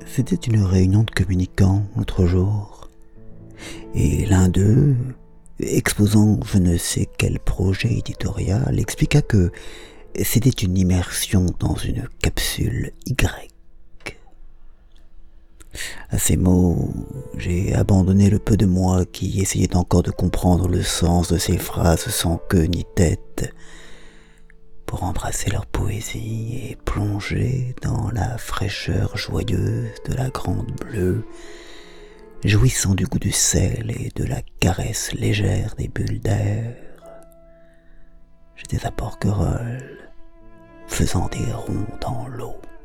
C'était une réunion de communicants l'autre jour, et l'un d'eux, exposant je ne sais quel projet éditorial, expliqua que c'était une immersion dans une capsule Y. À ces mots, j'ai abandonné le peu de moi qui essayait encore de comprendre le sens de ces phrases sans queue ni tête, pour embrasser leur poésie et plonger dans la fraîcheur joyeuse de la grande bleue, jouissant du goût du sel et de la caresse légère des bulles d'air. J'étais à Porquerolles, faisant des ronds dans l'eau.